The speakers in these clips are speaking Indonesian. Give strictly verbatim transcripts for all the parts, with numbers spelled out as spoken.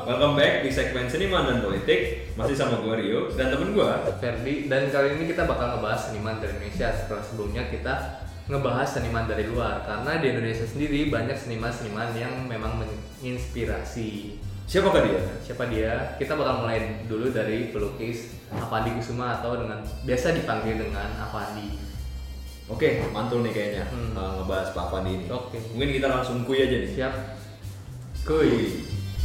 welcome back di segmen Seniman dan Politik. Masih sama gue Rio dan temen gue Ferdi. Dan kali ini kita bakal ngebahas seniman dari Indonesia. Setelah sebelumnya kita ngebahas seniman dari luar. Karena di Indonesia sendiri banyak seniman-seniman yang memang menginspirasi. Siapakah dia? Siapa dia? Kita bakal mulai dulu dari pelukis Avandi Kusuma atau dengan biasa dipanggil dengan Avandi. Oke, mantul nih kayaknya Hmm. uh, ngebahas Pak Avandi ini. Oke. Mungkin kita langsung kuy aja nih. Siap. Kuy.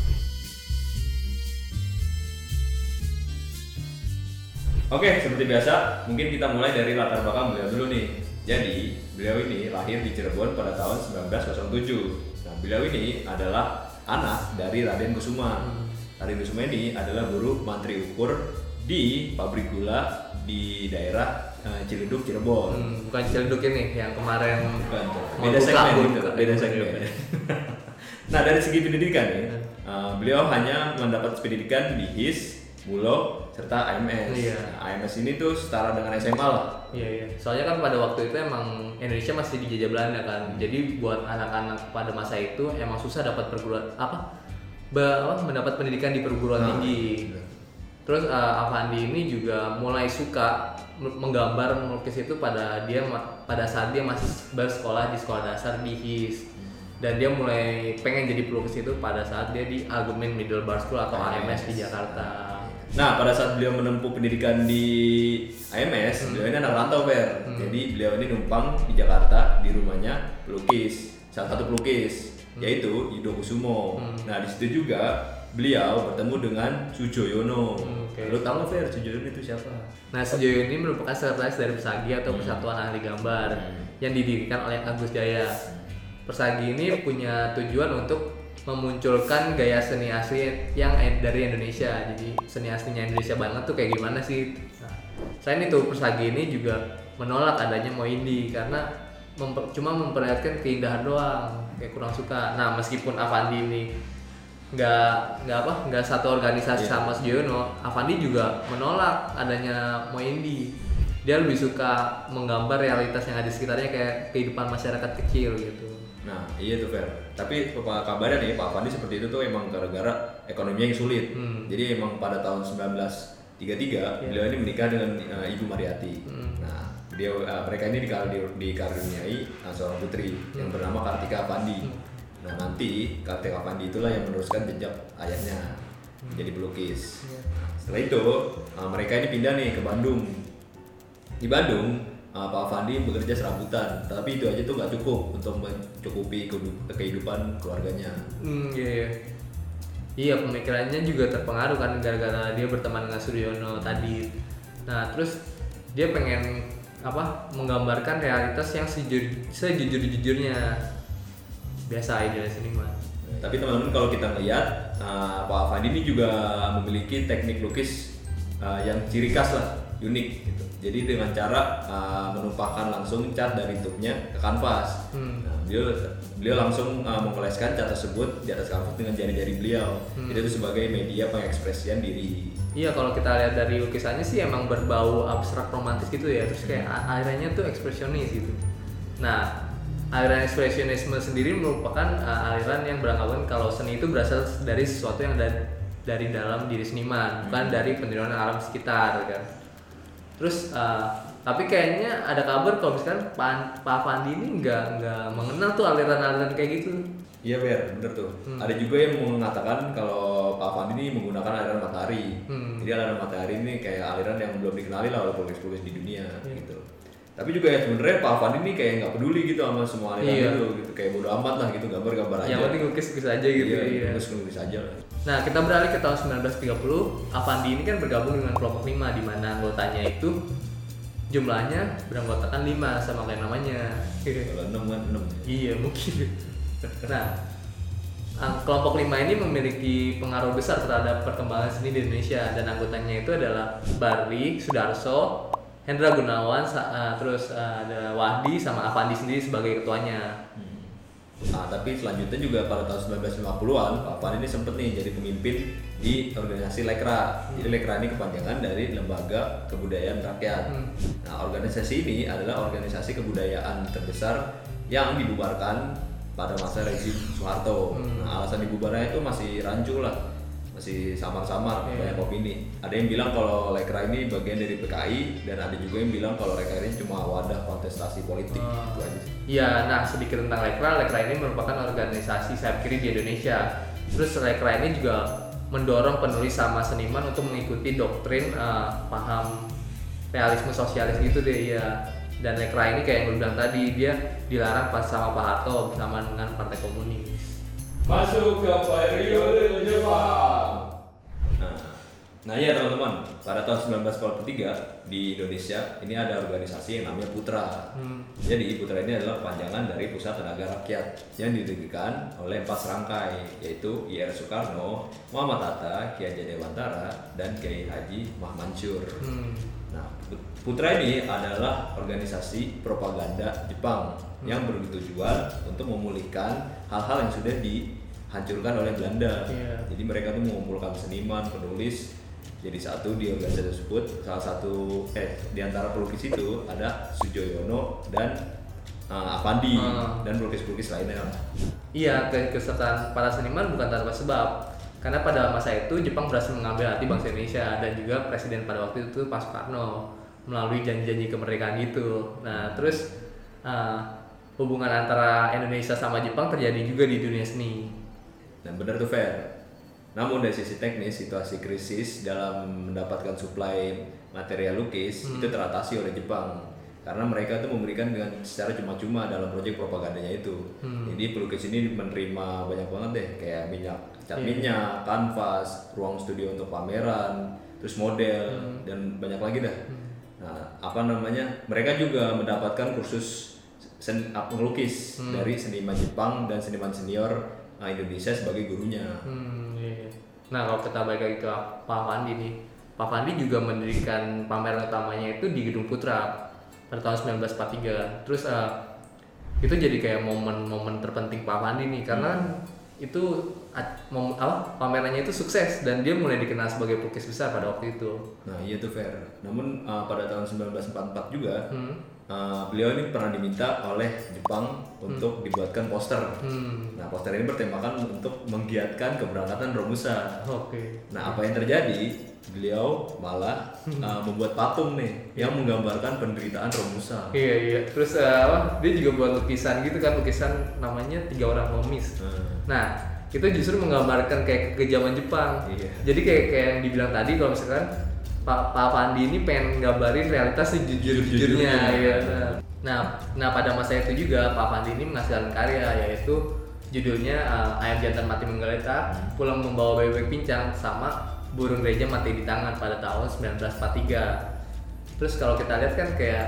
Oke, seperti biasa, mungkin kita mulai dari latar belakang beliau dulu nih. Jadi, beliau ini lahir di Cirebon pada tahun sembilan belas nol tujuh. Nah, beliau ini adalah anak dari Raden Kusuma. Hmm. Raden Kusuma ini adalah buruh mantri ukur di pabrik gula di daerah uh, Ciledug, Cirebon. Hmm, bukan Ciledug ini yang kemarin Bukan, mau beda buka, segmen buka. itu, beda segmen. Nah, dari segi pendidikan nih, Hmm. uh, beliau hanya mendapat pendidikan di H I S, Bulog, serta A M S. Iya. Nah, A M S ini tuh setara dengan S M A lah. Iya iya. Soalnya kan pada waktu itu emang Indonesia masih dijajah Belanda kan. Jadi buat anak-anak pada masa itu emang susah dapat perguruan apa? Ba, apa mendapat pendidikan di perguruan Nah, tinggi. bener. Terus uh, Avandi ini juga mulai suka menggambar melukis itu pada dia pada saat dia masih bersekolah di sekolah dasar di H I S. Dan dia mulai pengen jadi pelukis itu pada saat dia di Algemeen Middelbare School atau A M S di Jakarta. Nah, pada saat beliau menempuh pendidikan di A M S, Hmm. beliau ini anak rantau, Fer. Hmm. Jadi beliau ini numpang di Jakarta di rumahnya pelukis, salah satu pelukis, Hmm. yaitu Yudo Kusumo. Hmm. Nah, di situ juga beliau bertemu dengan Sujoyono. Hmm, oke. Lu tahu nggak, Fer, Sujoyono itu siapa? Nah, sejauh ini merupakan sekretaris dari Persagi atau Persatuan Ahli Gambar Hmm. yang didirikan oleh Agus Jaya. Persagi ini punya tujuan untuk memunculkan gaya seni asli yang dari Indonesia. Jadi seni aslinya Indonesia banget tuh kayak gimana sih? Nah, selain itu Persagi ini juga menolak adanya Moindi karena memper, cuma memperlihatkan keindahan doang, kayak kurang suka. Nah, meskipun Avandi ini nggak nggak apa nggak satu organisasi Yeah. sama Sujoyono, Avandi juga menolak adanya Moindi. Dia lebih suka menggambar realitas yang ada di sekitarnya kayak kehidupan masyarakat kecil gitu. Nah, iya tuh, Fer. Tapi apa kabarnya nih, Pak Avandi seperti itu tuh emang gara-gara ekonominya yang sulit. Hmm. Jadi emang pada tahun sembilan belas tiga puluh tiga Yeah. beliau ini menikah dengan uh, Ibu Mariati. Hmm. Nah, dia uh, mereka ini dikar- di- dikaruniai uh, seorang putri yang Hmm. bernama Kartika Avandi. Hmm. Nah, nanti Kartika Avandi itulah yang meneruskan jejak ayahnya Hmm. jadi pelukis. Yeah. Setelah itu uh, mereka ini pindah nih ke Bandung. Di Bandung uh, Pak Avandi bekerja serabutan, tapi itu aja tuh nggak cukup untuk mencukupi kehidup- kehidupan keluarganya. Hmm, iya, iya. Iya, pemikirannya juga terpengaruh kan gara-gara dia berteman dengan Suryono tadi. Nah, terus dia pengen apa? Menggambarkan realitas yang sejujur, sejujur-jujurnya. Biasa idealis seniman. Tapi teman-teman kalau kita melihat uh, Pak Avandi ini juga memiliki teknik lukis uh, yang ciri khas lah, unik gitu. Jadi dengan cara uh, menumpahkan langsung cat dari tubnya ke kanvas. Hmm. Nah, beliau beliau langsung uh, mengoleskan cat tersebut di atas kanvas dengan jari-jari beliau. Hmm. Itu sebagai media pengekspresian diri. Iya, kalau kita lihat dari lukisannya sih emang berbau abstrak romantis gitu ya. Terus kayak a- akhirnya tuh ekspresionis gitu. Nah, aliran ekspresionisme sendiri merupakan uh, aliran yang beranggapan kalau seni itu berasal dari sesuatu yang dari, dari dalam diri seniman, bukan dari penilaian alam sekitar kan. Terus uh, tapi kayaknya ada kabar kalau misalkan Pak Pak Avandi ini nggak nggak mengenal tuh aliran-aliran kayak gitu. Iya, Ber, bener tuh. Hmm. Ada juga yang mengatakan kalau Pak Avandi ini menggunakan aliran matahari. Hmm. Jadi aliran matahari ini kayak aliran yang belum dikenali lah oleh pelukis-pelukis di dunia Iya. gitu. Tapi juga ya sebenarnya Pak Avandi ini kayak nggak peduli gitu sama semua aliran Iya. itu gitu, kayak bodo amat lah gitu, gambar-gambar aja. Yang penting lukis-lukis aja gitu. Iya, Iya. terus nulis aja lah. Nah, kita beralih ke tahun sembilan belas tiga puluh. Avandi ini kan bergabung dengan kelompok lima di mana anggotanya itu jumlahnya beranggotakan lima sama kayak namanya. Kalau enam kan enam. Iya, mungkin. Nah, ang- kelompok lima ini memiliki pengaruh besar terhadap perkembangan seni di Indonesia dan anggotanya itu adalah Barli, Sudarso, Hendra Gunawan, sa- uh, terus uh, ada Wahdi sama Avandi sendiri sebagai ketuanya. Nah, tapi selanjutnya juga pada tahun sembilan belas lima puluhan Pak Avandi ini sempet nih jadi pemimpin di organisasi Lekra. Jadi Lekra ini kepanjangan dari Lembaga Kebudayaan Rakyat. Hmm. Nah, organisasi ini adalah organisasi kebudayaan terbesar yang dibubarkan pada masa rezim Soeharto. Hmm. Nah, alasan dibubarnya itu masih rancu lah. masih samar-samar, Yeah. banyak opini. Ada yang bilang kalau Lekra ini bagian dari P K I dan ada juga yang bilang kalau Lekra ini cuma wadah kontestasi politik. Oh. Itu aja sih. Iya, nah sedikit tentang Lekra. Lekra ini merupakan organisasi sayap kiri di Indonesia. Terus Lekra ini juga mendorong penulis sama seniman untuk mengikuti doktrin uh, paham realisme sosialis gitu deh ya. Dan Lekra ini kayak yang lu bilang tadi, dia dilarang pas sama Pak Harto bersama dengan Partai Komunis. Masuk ke periode Jepang. Nah, nah ya teman-teman, pada tahun sembilan belas empat puluh tiga di Indonesia ini ada organisasi yang namanya Putra. Hmm. Jadi Putra ini adalah panjangan dari Pusat Tenaga Rakyat yang didirikan oleh empat serangkai, yaitu I R Soekarno, Muhammad Hatta, Ki Hajar Dewantara, dan Kiai Haji Muhammad Mansur. Hmm. Nah, Putra ini adalah organisasi propaganda Jepang hmm. yang bertujuan untuk memulihkan hal-hal yang sudah dihancurkan oleh Belanda. Yeah. Jadi mereka tuh mengumpulkan seniman, penulis jadi satu di organisasi tersebut. Salah satu eh di antara pelukis itu ada Sujoyono dan uh, Avandi uh. dan pelukis-pelukis lainnya. Iya, keikutsertaan para seniman bukan tanpa sebab. Karena pada masa itu Jepang berhasil mengambil hati bangsa Indonesia dan juga presiden pada waktu itu Pak Soekarno melalui janji-janji kemerdekaan itu. Nah, terus uh, hubungan antara Indonesia sama Jepang terjadi juga di dunia seni. Dan benar tuh fair. Namun dari sisi teknis, situasi krisis dalam mendapatkan suplai material lukis hmm. itu teratasi oleh Jepang. Karena mereka tuh memberikan dengan secara cuma-cuma dalam proyek propagandanya itu. Hmm. Jadi pelukis ini menerima banyak banget deh, kayak minyak, cat yeah. minyak, kanvas, ruang studio untuk pameran, terus model hmm. dan banyak lagi dah. Hmm. Nah, apa namanya? Mereka juga mendapatkan kursus sen, melukis hmm. dari seniman Jepang dan seniman senior uh, Indonesia sebagai gurunya. Hmm, yeah. Nah, kalau kita balik lagi ke Pak Fandi nih, Pak Fandi juga mendirikan pameran utamanya itu di Gedung Putra pada tahun sembilan belas empat puluh tiga. Terus uh, itu jadi kayak momen-momen terpenting Pak Fandi nih karena hmm. itu mom, apa pamerannya itu sukses dan dia mulai dikenal sebagai pelukis besar pada waktu itu. Nah iya tuh fair. Namun uh, pada tahun sembilan belas empat puluh empat juga hmm. uh, beliau ini pernah diminta oleh Jepang untuk hmm. dibuatkan poster. Hmm. Nah poster ini bertemakan untuk menggiatkan keberangkatan Romusa. Oke. Okay. Nah apa yang terjadi? Beliau malah uh, membuat patung nih yang menggambarkan penderitaan Romusa. Iya iya. Terus uh, apa? Dia juga buat lukisan gitu kan, lukisan namanya Tiga Orang Nomis. Hmm. Nah itu justru menggambarkan kayak kekejaman Jepang. Iya. Jadi kayak kayak yang dibilang tadi kalau misalkan Pak Pak Fandi ini pengen gambarin realitas sejujur-jujurnya. Ya. Nah nah pada masa itu juga Pak Fandi ini menghasilkan karya yaitu judulnya uh, Ayam Jantan Mati Menggeletak, hmm. Pulang Membawa Bebek Pincang, sama Burung Gereja Mati di Tangan pada tahun sembilan belas empat puluh tiga. Terus kalau kita lihat kan kayak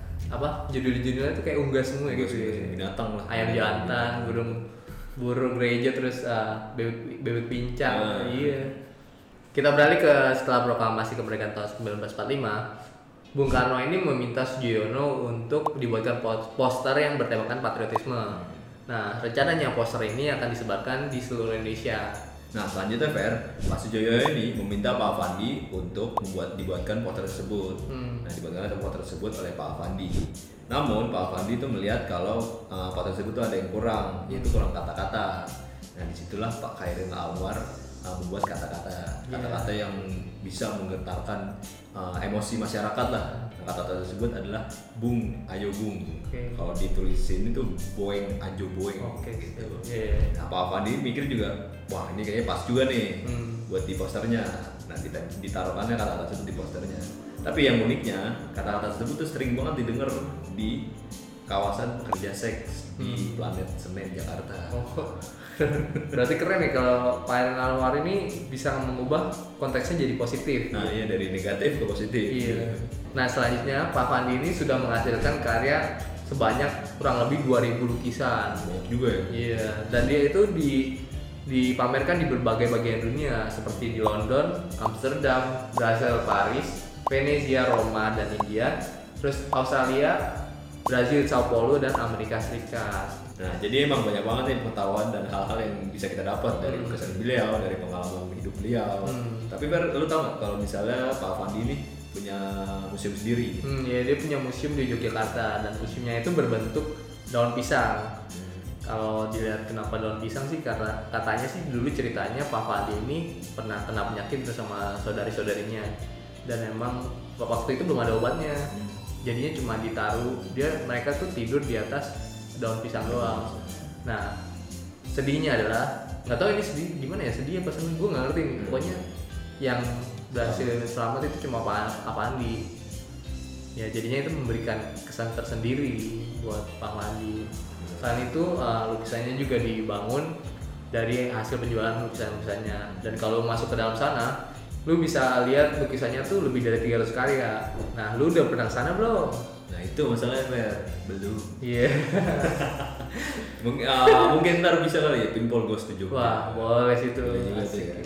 apa judul-judulnya itu kayak unggas semua unggas gitu ya. Binatang lah. Ayam jantan, burung burung gereja, terus uh, bebek, bebek pincang. Ah. Iya. Kita beralih ke setelah proklamasi kemerdekaan tahun sembilan belas empat puluh lima. Bung Karno ini meminta Sujoyono untuk dibuatkan poster yang bertemakan patriotisme. Nah, rencananya poster ini akan disebarkan di seluruh Indonesia. Nah selanjutnya Fer, Pak Sujoyono ini meminta Pak Avandi untuk membuat dibuatkan poster tersebut. Hmm. Nah dibuatkan poster tersebut oleh Pak Avandi. Namun Pak Avandi itu melihat kalau uh, poster tersebut itu ada yang kurang, yaitu kurang kata-kata. Nah disitulah Pak Khairil Anwar uh, membuat kata-kata, kata-kata yeah. yang bisa menggetarkan uh, emosi masyarakat lah. Nah, kata-kata tersebut adalah Bung, ayo Bung. Okay. Kalau ditulisin itu Boeng, ajo Boeng. Okay. Gitu. Yeah. Nah Pak Avandi mikir juga, wah ini kayaknya pas juga nih hmm. buat di posternya. Nah ditaruhkannya kata-kata tersebut di posternya. Tapi yang uniknya kata-kata tersebut tuh sering banget didengar di kawasan pekerja seks hmm. di planet Senen Jakarta. Oh. Berarti keren nih kalau Pak Khairil Anwar ini bisa mengubah konteksnya jadi positif. Nah iya dari negatif ke positif. Iya. Nah selanjutnya Pak Fandi ini sudah menghasilkan karya sebanyak kurang lebih dua ribu lukisan. Banyak juga ya. Iya. Dan dia itu di dipamerkan di berbagai bagian dunia seperti di London, Amsterdam, Brazil, Paris, Venezia, Roma, dan India, terus Australia, Brazil, Sao Paulo, dan Amerika Serikat. Nah, jadi emang banyak banget nih pengetahuan dan hal-hal yang bisa kita dapat dari lukisan beliau, dari pengalaman hidup beliau. Hmm. Tapi Ber, lu tau gak kalau misalnya Pak Fandi ini punya museum sendiri? Hmm, ya dia punya museum di Yogyakarta dan museumnya itu berbentuk daun pisang. Hmm. Kalau dilihat kenapa daun pisang sih, karena katanya sih dulu ceritanya Pak Fandi ini pernah kena penyakit bersama saudari-saudarinya, dan emang waktu itu belum ada obatnya. Jadinya cuma ditaruh, dia mereka tuh tidur di atas daun pisang doang. Nah, sedihnya adalah, nggak tahu ini sedih gimana ya, sedih apa seneng, gue nggak ngerti nih. Pokoknya yang berhasil selamat itu cuma Pak Fandi. Ya jadinya itu memberikan kesan tersendiri buat Pak Fandi. Selain itu uh, lukisannya juga dibangun dari hasil penjualan lukisan-lukisannya. Dan kalau masuk ke dalam sana, lu bisa lihat lukisannya tuh lebih dari tiga ratus karya. Nah, lu udah pernah kesana belum? Nah itu masalahnya Fer, belum. Iya. mungkin, uh, mungkin ntar bisa kali ya Pinball Ghost to Jogja. Wah, boleh situ. Boleh juga sih ya.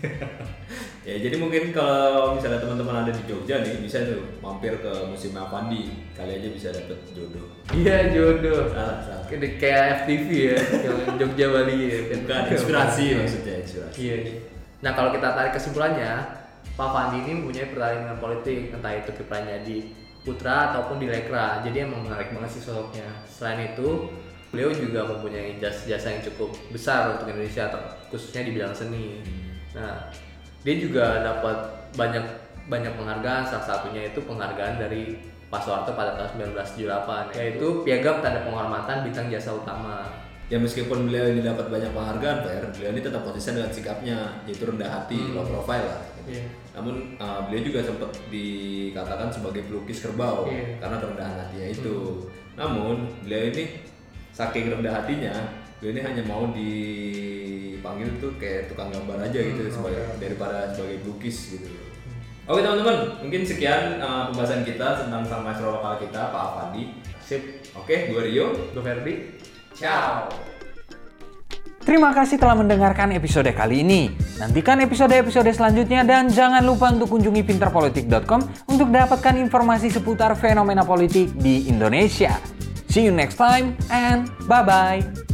Ya jadi mungkin kalau misalnya teman-teman ada di Jogja nih, bisa tuh mampir ke Museum Avandi, kali aja bisa dapet jodoh. Iya, jodoh. Salah, salah. Kayak kayak F T V ya, yang Jogja Bali ya. Bukan inspirasi maksudnya, inspirasi. Iya. Nah kalau kita tarik kesimpulannya, Pak Fandi ini mempunyai pertarungan politik, entah itu kiprahnya di Putra ataupun di Lekra. Jadi emang menarik banget sih sosoknya. Selain itu, beliau juga mempunyai jasa-jasa yang cukup besar untuk Indonesia, khususnya di bidang seni. Nah, dia juga dapat banyak banyak penghargaan, salah satunya itu penghargaan dari Pak Soeharto pada tahun sembilan belas tujuh puluh delapan, yaitu Piagam Tanda Penghormatan Bintang Jasa Utama. Ya meskipun beliau ini dapat banyak penghargaan, Fer, beliau ini tetap konsisten dengan sikapnya, yaitu rendah hati, hmm. low profile lah. Yeah. Namun uh, beliau juga sempat dikatakan sebagai pelukis kerbau yeah. karena kerendahan hatinya itu. Hmm. Namun beliau ini saking rendah hatinya, beliau ini hanya mau dipanggil tuh kayak tukang gambar aja gitu, hmm, sebagai okay. daripada sebagai pelukis gitu. Hmm. Oke teman-teman, mungkin sekian uh, pembahasan kita tentang sang maestro lokal kita, Pak Avandi. Sip. Oke, gue Rio, gue Ferdi. Ciao. Terima kasih telah mendengarkan episode kali ini. Nantikan episode-episode selanjutnya dan jangan lupa untuk kunjungi pinterpolitik dot com untuk dapatkan informasi seputar fenomena politik di Indonesia. See you next time and bye-bye.